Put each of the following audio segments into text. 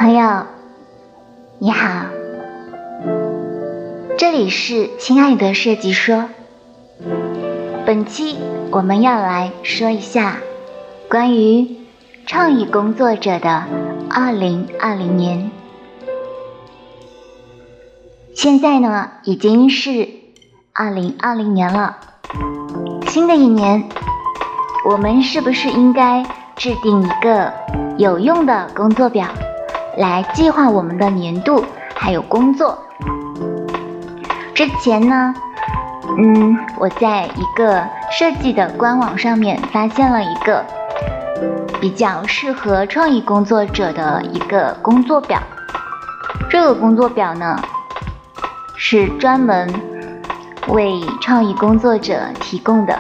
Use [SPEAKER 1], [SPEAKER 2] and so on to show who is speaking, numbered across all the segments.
[SPEAKER 1] 朋友，你好，这里是亲爱的设计说。本期我们要来说一下关于创意工作者的2020年。现在呢，已经是2020年了。新的一年，我们是不是应该制定一个有用的工作表，来计划我们的年度还有工作？之前呢，我在一个设计的官网上面发现了一个比较适合创意工作者的一个工作表。这个工作表呢，是专门为创意工作者提供的。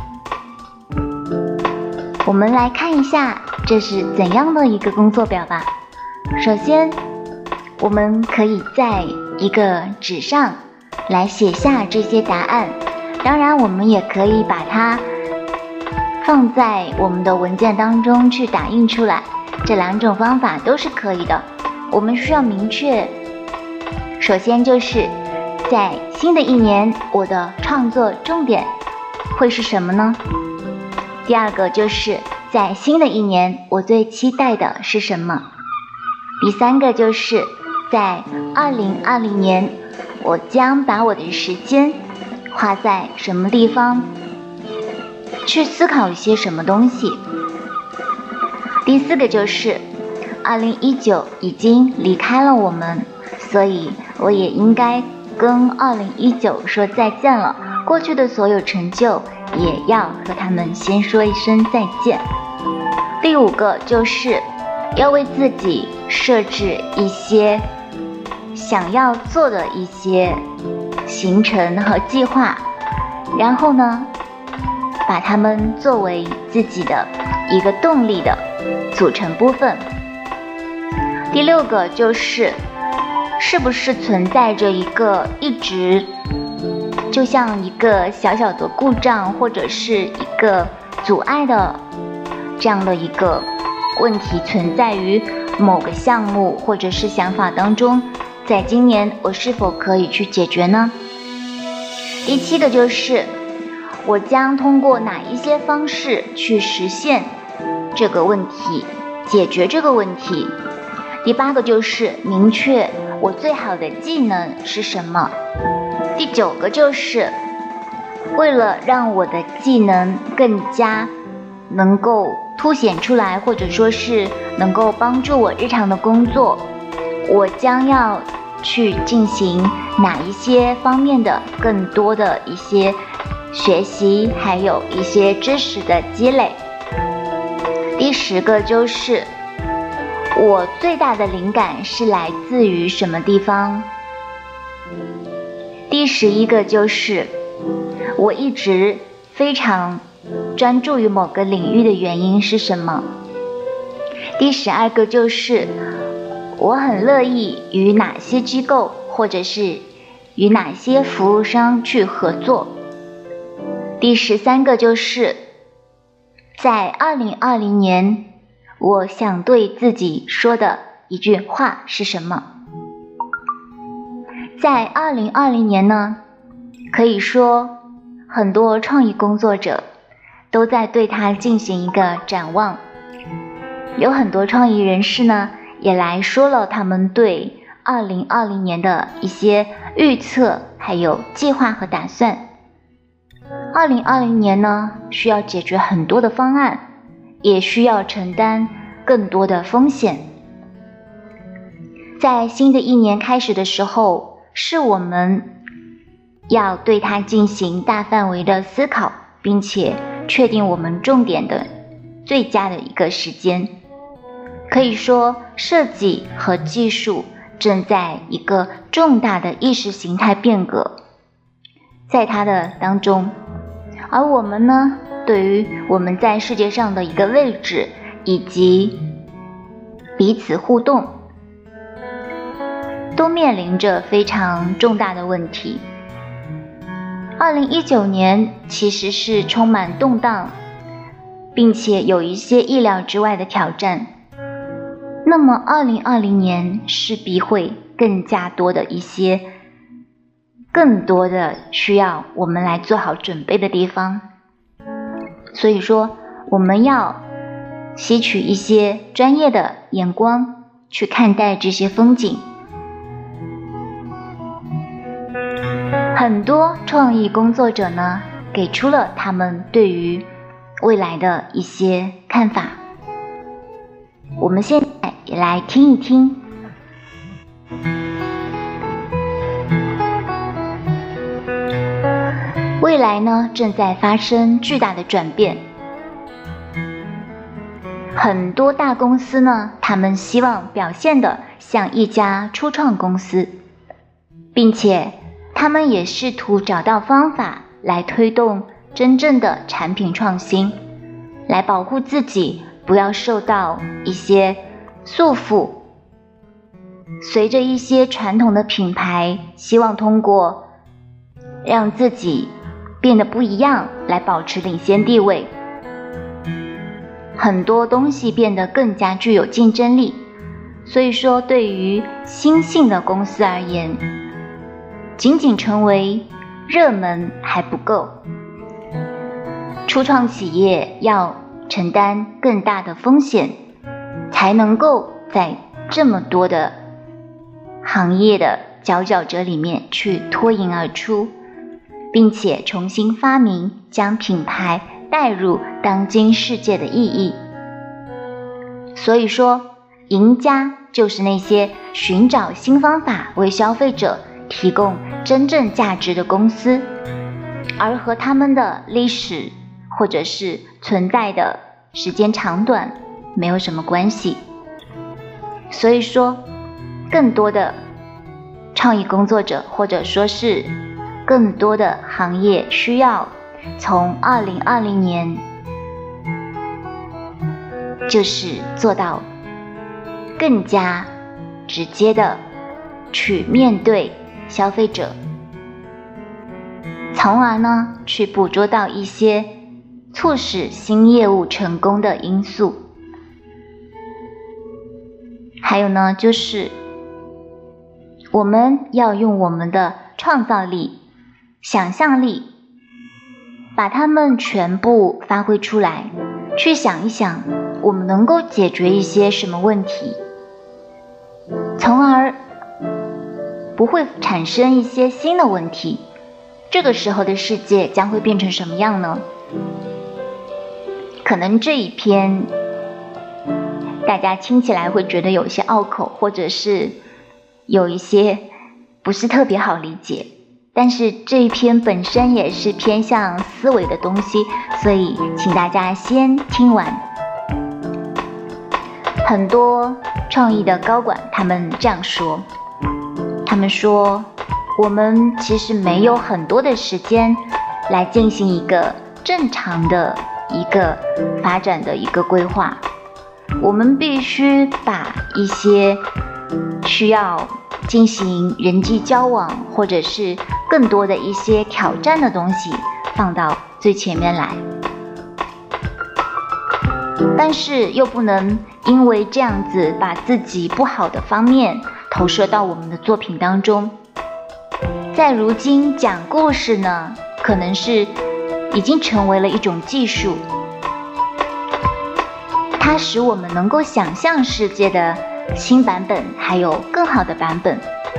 [SPEAKER 1] 我们来看一下这是怎样的一个工作表吧。首先，我们可以在一个纸上来写下这些答案，当然我们也可以把它放在我们的文件当中去打印出来，这两种方法都是可以的。我们需要明确，首先就是在新的一年，我的创作重点会是什么呢？第二个就是在新的一年，我最期待的是什么？第三个就是在2020年，我将把我的时间花在什么地方，去思考一些什么东西。第四个就是2019已经离开了我们，所以我也应该跟2019说再见了。过去的所有成就也要和他们先说一声再见。第五个就是要为自己设置一些想要做的一些行程和计划，然后呢，把它们作为自己的一个动力的组成部分。第六个就是是不是存在着一个一直就像一个小小的故障或者是一个阻碍的这样的一个问题存在于某个项目或者是想法当中，在今年我是否可以去解决呢？第七个就是我将通过哪一些方式去实现这个问题，解决这个问题。第八个就是明确我最好的技能是什么。第九个就是为了让我的技能更加能够凸显出来，或者说是能够帮助我日常的工作，我将要去进行哪一些方面的更多的一些学习，还有一些知识的积累。第10个就是我最大的灵感是来自于什么地方。第11个就是我一直非常专注于某个领域的原因是什么。第12个就是我很乐意与哪些机构或者是与哪些服务商去合作。第13个就是在2020年我想对自己说的一句话是什么。在2020年呢，可以说很多创意工作者都在对它进行一个展望。有很多创意人士呢，也来说了他们对2020年的一些预测，还有计划和打算。2020年呢，需要解决很多的方案，也需要承担更多的风险。在新的一年开始的时候，是我们要对它进行大范围的思考，并且确定我们重点的最佳的一个时间。可以说，设计和技术正在一个重大的意识形态变革，在它的当中，而我们呢，对于我们在世界上的一个位置以及彼此互动，都面临着非常重大的问题。2019年其实是充满动荡，并且有一些意料之外的挑战。 那么2020年势必会更加多的更多的需要我们来做好准备的地方。所以说我们要吸取一些专业的眼光去看待这些风景。很多创意工作者呢，给出了他们对于未来的一些看法，我们现在也来听一听。未来呢，正在发生巨大的转变。很多大公司呢，他们希望表现得像一家初创公司，并且他们也试图找到方法来推动真正的产品创新，来保护自己不要受到一些束缚。随着一些传统的品牌希望通过让自己变得不一样来保持领先地位，很多东西变得更加具有竞争力。所以说对于新兴的公司而言，仅仅成为热门还不够，初创企业要承担更大的风险，才能够在这么多的行业的佼佼者里面去脱颖而出，并且重新发明将品牌带入当今世界的意义。所以说，赢家就是那些寻找新方法为消费者提供真正价值的公司，而和他们的历史或者是存在的时间长短没有什么关系。所以说，更多的创意工作者或者说是更多的行业需要从2020年就是做到更加直接的去面对消费者，从而呢去捕捉到一些促使新业务成功的因素。还有呢，就是我们要用我们的创造力、想象力，把它们全部发挥出来，去想一想我们能够解决一些什么问题，从而不会产生一些新的问题。这个时候的世界将会变成什么样呢？可能这一篇大家听起来会觉得有一些拗口，或者是有一些不是特别好理解，但是这一篇本身也是偏向思维的东西，所以请大家先听完。很多创意的高管他们这样说，他们说我们其实没有很多的时间来进行一个正常的一个发展的一个规划，我们必须把一些需要进行人际交往或者是更多的一些挑战的东西放到最前面来，但是又不能因为这样子把自己不好的方面投射到我们的作品当中。在如今讲故事呢，可能是已经成为了一种技术，它使我们能够想象世界的新版本还有更好的版本。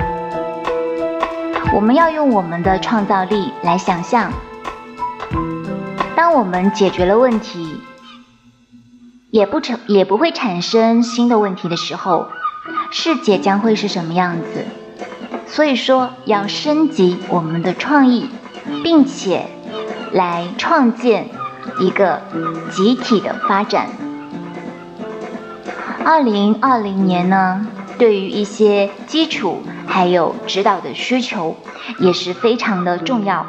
[SPEAKER 1] 我们要用我们的创造力来想象，当我们解决了问题，也不会产生新的问题的时候，世界将会是什么样子？所以说要升级我们的创意，并且来创建一个集体的发展。2020年呢，对于一些基础还有指导的需求也是非常的重要。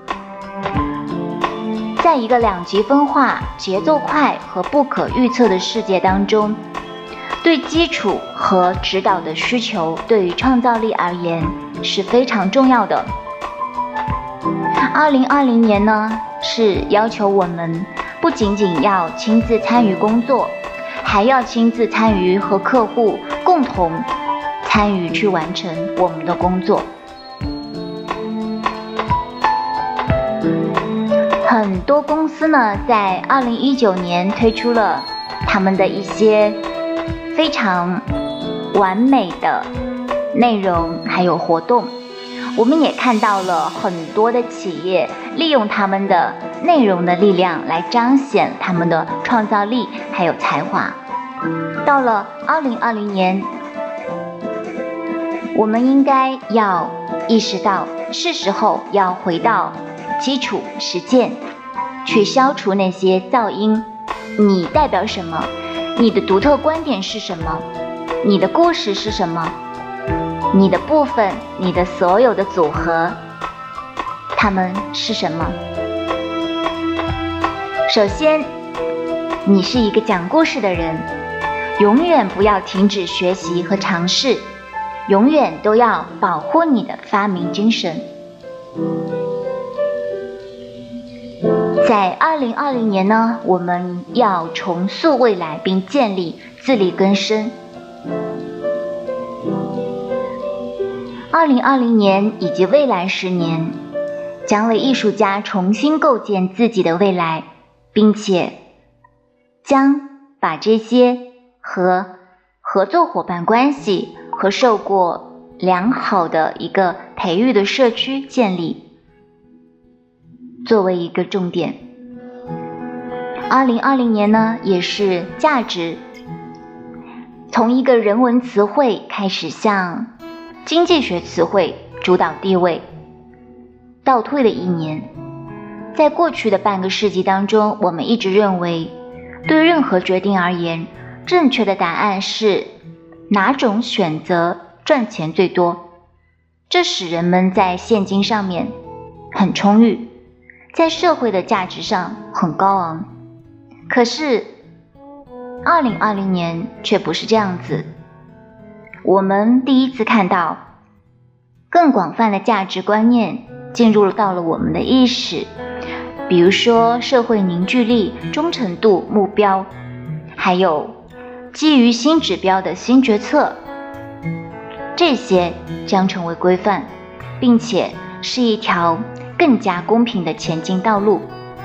[SPEAKER 1] 在一个两极分化、节奏快和不可预测的世界当中，对基础和指导的需求对于创造力而言是非常重要的。2020年呢，是要求我们不仅仅要亲自参与工作， 还要亲自参与和客户共同参与去完成我们的工作。很多公司呢，在2019年推出了他们的一些非常完美的内容还有活动，我们也看到了很多的企业利用他们的内容的力量来彰显他们的创造力还有才华。到了2020年，我们应该要意识到是时候要回到基础实践，去消除那些噪音。你代表什么？你的独特观点是什么？你的故事是什么？你的部分，你的所有的组合，它们是什么？首先，你是一个讲故事的人，永远不要停止学习和尝试，永远都要保护你的发明精神。在2020年呢，我们要重塑未来并建立自力更生。2020年以及未来10年，将为艺术家重新构建自己的未来，并且将把这些和合作伙伴关系和受过良好的一个培育的社区建立作为一个重点。2020年呢，也是价值从一个人文词汇开始向经济学词汇主导地位倒退的一年。在过去的半个世纪当中，我们一直认为对任何决定而言，正确的答案是哪种选择赚钱最多，这使人们在现金上面很充裕，在社会的价值上很高昂。可是2020年却不是这样子，我们第一次看到更广泛的价值观念进入到了我们的意识，比如说社会凝聚力、忠诚度、目标，还有基于新指标的新决策，这些将成为规范，并且是一条更加公平的前进道路。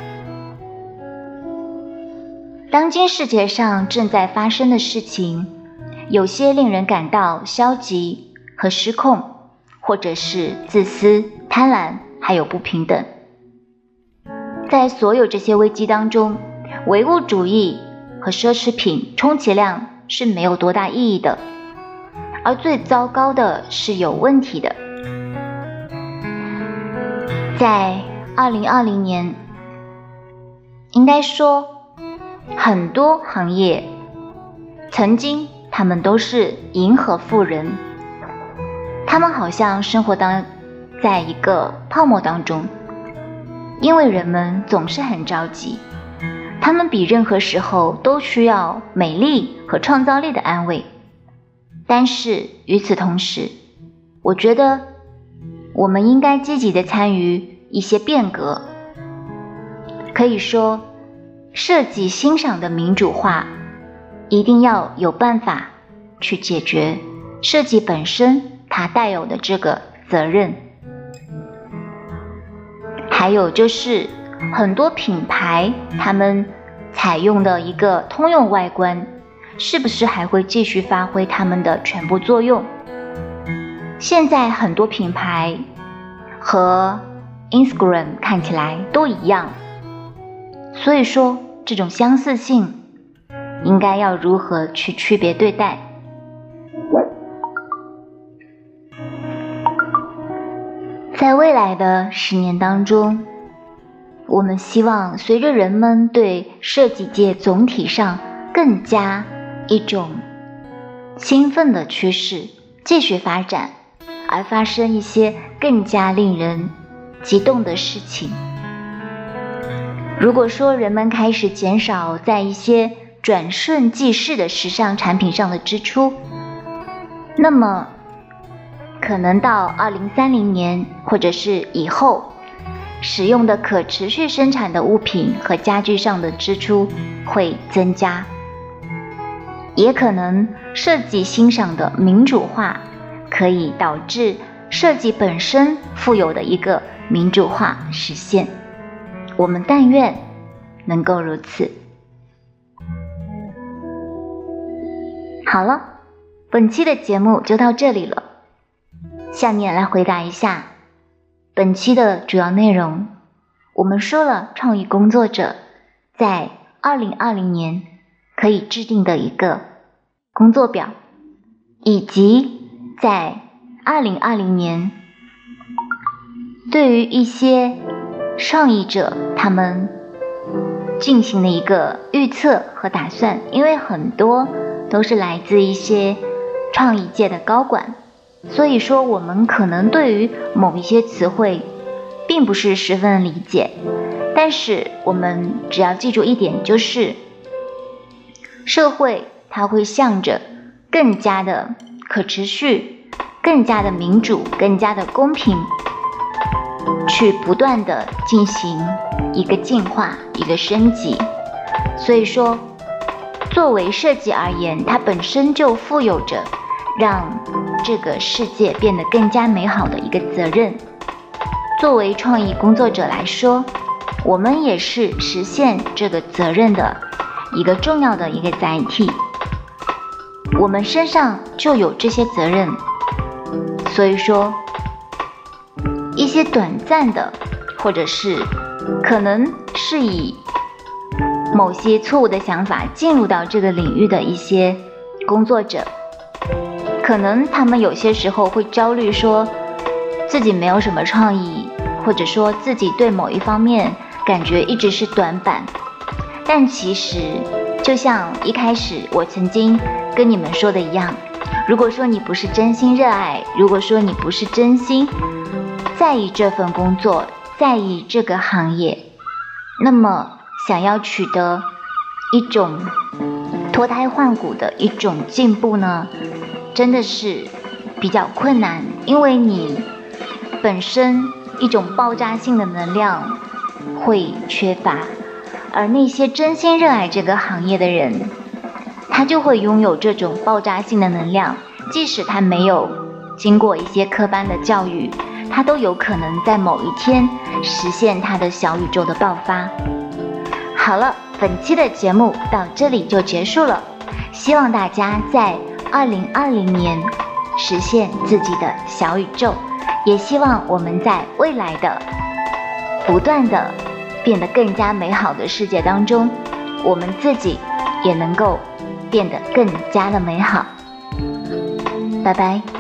[SPEAKER 1] 当今世界上正在发生的事情，有些令人感到消极和失控，或者是自私、贪婪，还有不平等。在所有这些危机当中，唯物主义和奢侈品充其量是没有多大意义的，而最糟糕的是有问题的。在2020年，应该说很多行业曾经他们都是银河富人，他们好像生活在一个泡沫当中，因为人们总是很着急，他们比任何时候都需要美丽和创造力的安慰。但是与此同时，我觉得我们应该积极地参与一些变革。可以说，设计欣赏的民主化一定要有办法去解决设计本身它带有的这个责任。还有就是很多品牌他们采用的一个通用外观，是不是还会继续发挥他们的全部作用？现在很多品牌和 Instagram 看起来都一样，所以说这种相似性应该要如何去区别对待？在未来的10年当中，我们希望随着人们对设计界总体上更加一种兴奋的趋势继续发展，而发生一些更加令人激动的事情。如果说人们开始减少在一些转瞬即逝的时尚产品上的支出，那么可能到2030年或者是以后，使用的可持续生产的物品和家具上的支出会增加。 也可能设计欣赏的民主化可以导致设计本身富有的一个民主化实现。我们但愿能够如此。好了，本期的节目就到这里了。下面来回答一下本期的主要内容。我们说了创意工作者在2020年可以制定的一个工作表，以及在2020年对于一些创意者他们进行的一个预测和打算，因为很多都是来自一些创意界的高管，所以说我们可能对于某一些词汇并不是十分理解，但是我们只要记住一点，就是社会它会向着更加的可持续、更加的民主、更加的公平去不断的进行一个进化、一个升级。所以说作为设计而言，它本身就负有着让这个世界变得更加美好的一个责任。作为创意工作者来说，我们也是实现这个责任的一个重要的一个载体。我们身上就有这些责任，所以说一些短暂的，或者是可能是以某些错误的想法进入到这个领域的一些工作者，可能他们有些时候会焦虑，说自己没有什么创意，或者说自己对某一方面感觉一直是短板。但其实就像一开始我曾经跟你们说的一样，如果说你不是真心热爱，如果说你不是真心在意这份工作，在意这个行业，那么想要取得一种脱胎换骨的一种进步呢，真的是比较困难，因为你本身一种爆炸性的能量会缺乏，而那些真心热爱这个行业的人，他就会拥有这种爆炸性的能量，即使他没有经过一些科班的教育，他都有可能在某一天实现他的小宇宙的爆发。好了，本期的节目到这里就结束了，希望大家在2020年实现自己的小宇宙，也希望我们在未来的不断的变得更加美好的世界当中，我们自己也能够变得更加的美好。拜拜。